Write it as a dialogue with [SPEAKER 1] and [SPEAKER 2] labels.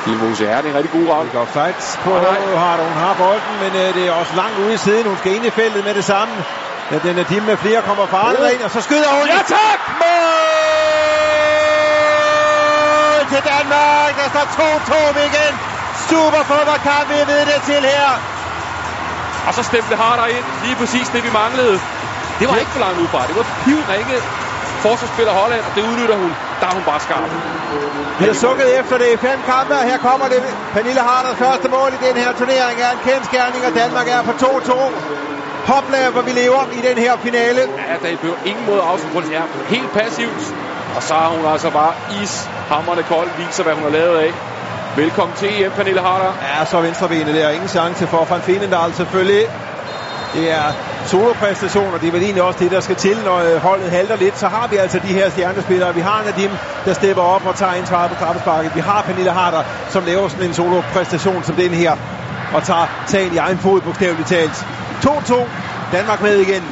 [SPEAKER 1] Mose er det en rigtig god ramme.
[SPEAKER 2] Det går fights på Harder. Hun har bolden, men det er også langt ude i siden. Hun skal ind i feltet med det samme. Men den er Dim med flere kommer farligt ind, og så skyder hun.
[SPEAKER 1] Ja tak!
[SPEAKER 2] Mål til Danmark. Der står 2-2 igen. Super fodboldkamp, vi ved det til her.
[SPEAKER 1] Og så stemte Harder ind. Lige præcis det, vi manglede. Det var ikke for langt udefra. Det var pivringe forsvarsspiller Holland, og det udnytter hun. Der er hun bare skarp.
[SPEAKER 2] Vi har sukket efter det i 5 kampe, og her kommer det. Pernille Harders første mål i den her turnering er en kendsgerning, og Danmark er på 2-2. Hopla, hvor vi lever i den her finale.
[SPEAKER 1] Ja, der er på ingen måde afslutte. Det er helt passivt. Og så har hun altså bare ishamrende kold, viser hvad hun har lavet af. Velkommen til EM, Pernille Harder.
[SPEAKER 2] Ja, så venstrebenet der. Ingen chance for Van Veenendaal selvfølgelig. Det er solopræstationer, det er vel egentlig også det, der skal til, når holdet halter lidt. Så har vi altså de her stjernespillere. Vi har Nadim, der stepper op og tager en på straffesparket. Vi har Pernille Harder, som laver sådan en solopræstation som den her, og tager sagen i egen fod, bogstaveligt talt. 2-2. Danmark med igen.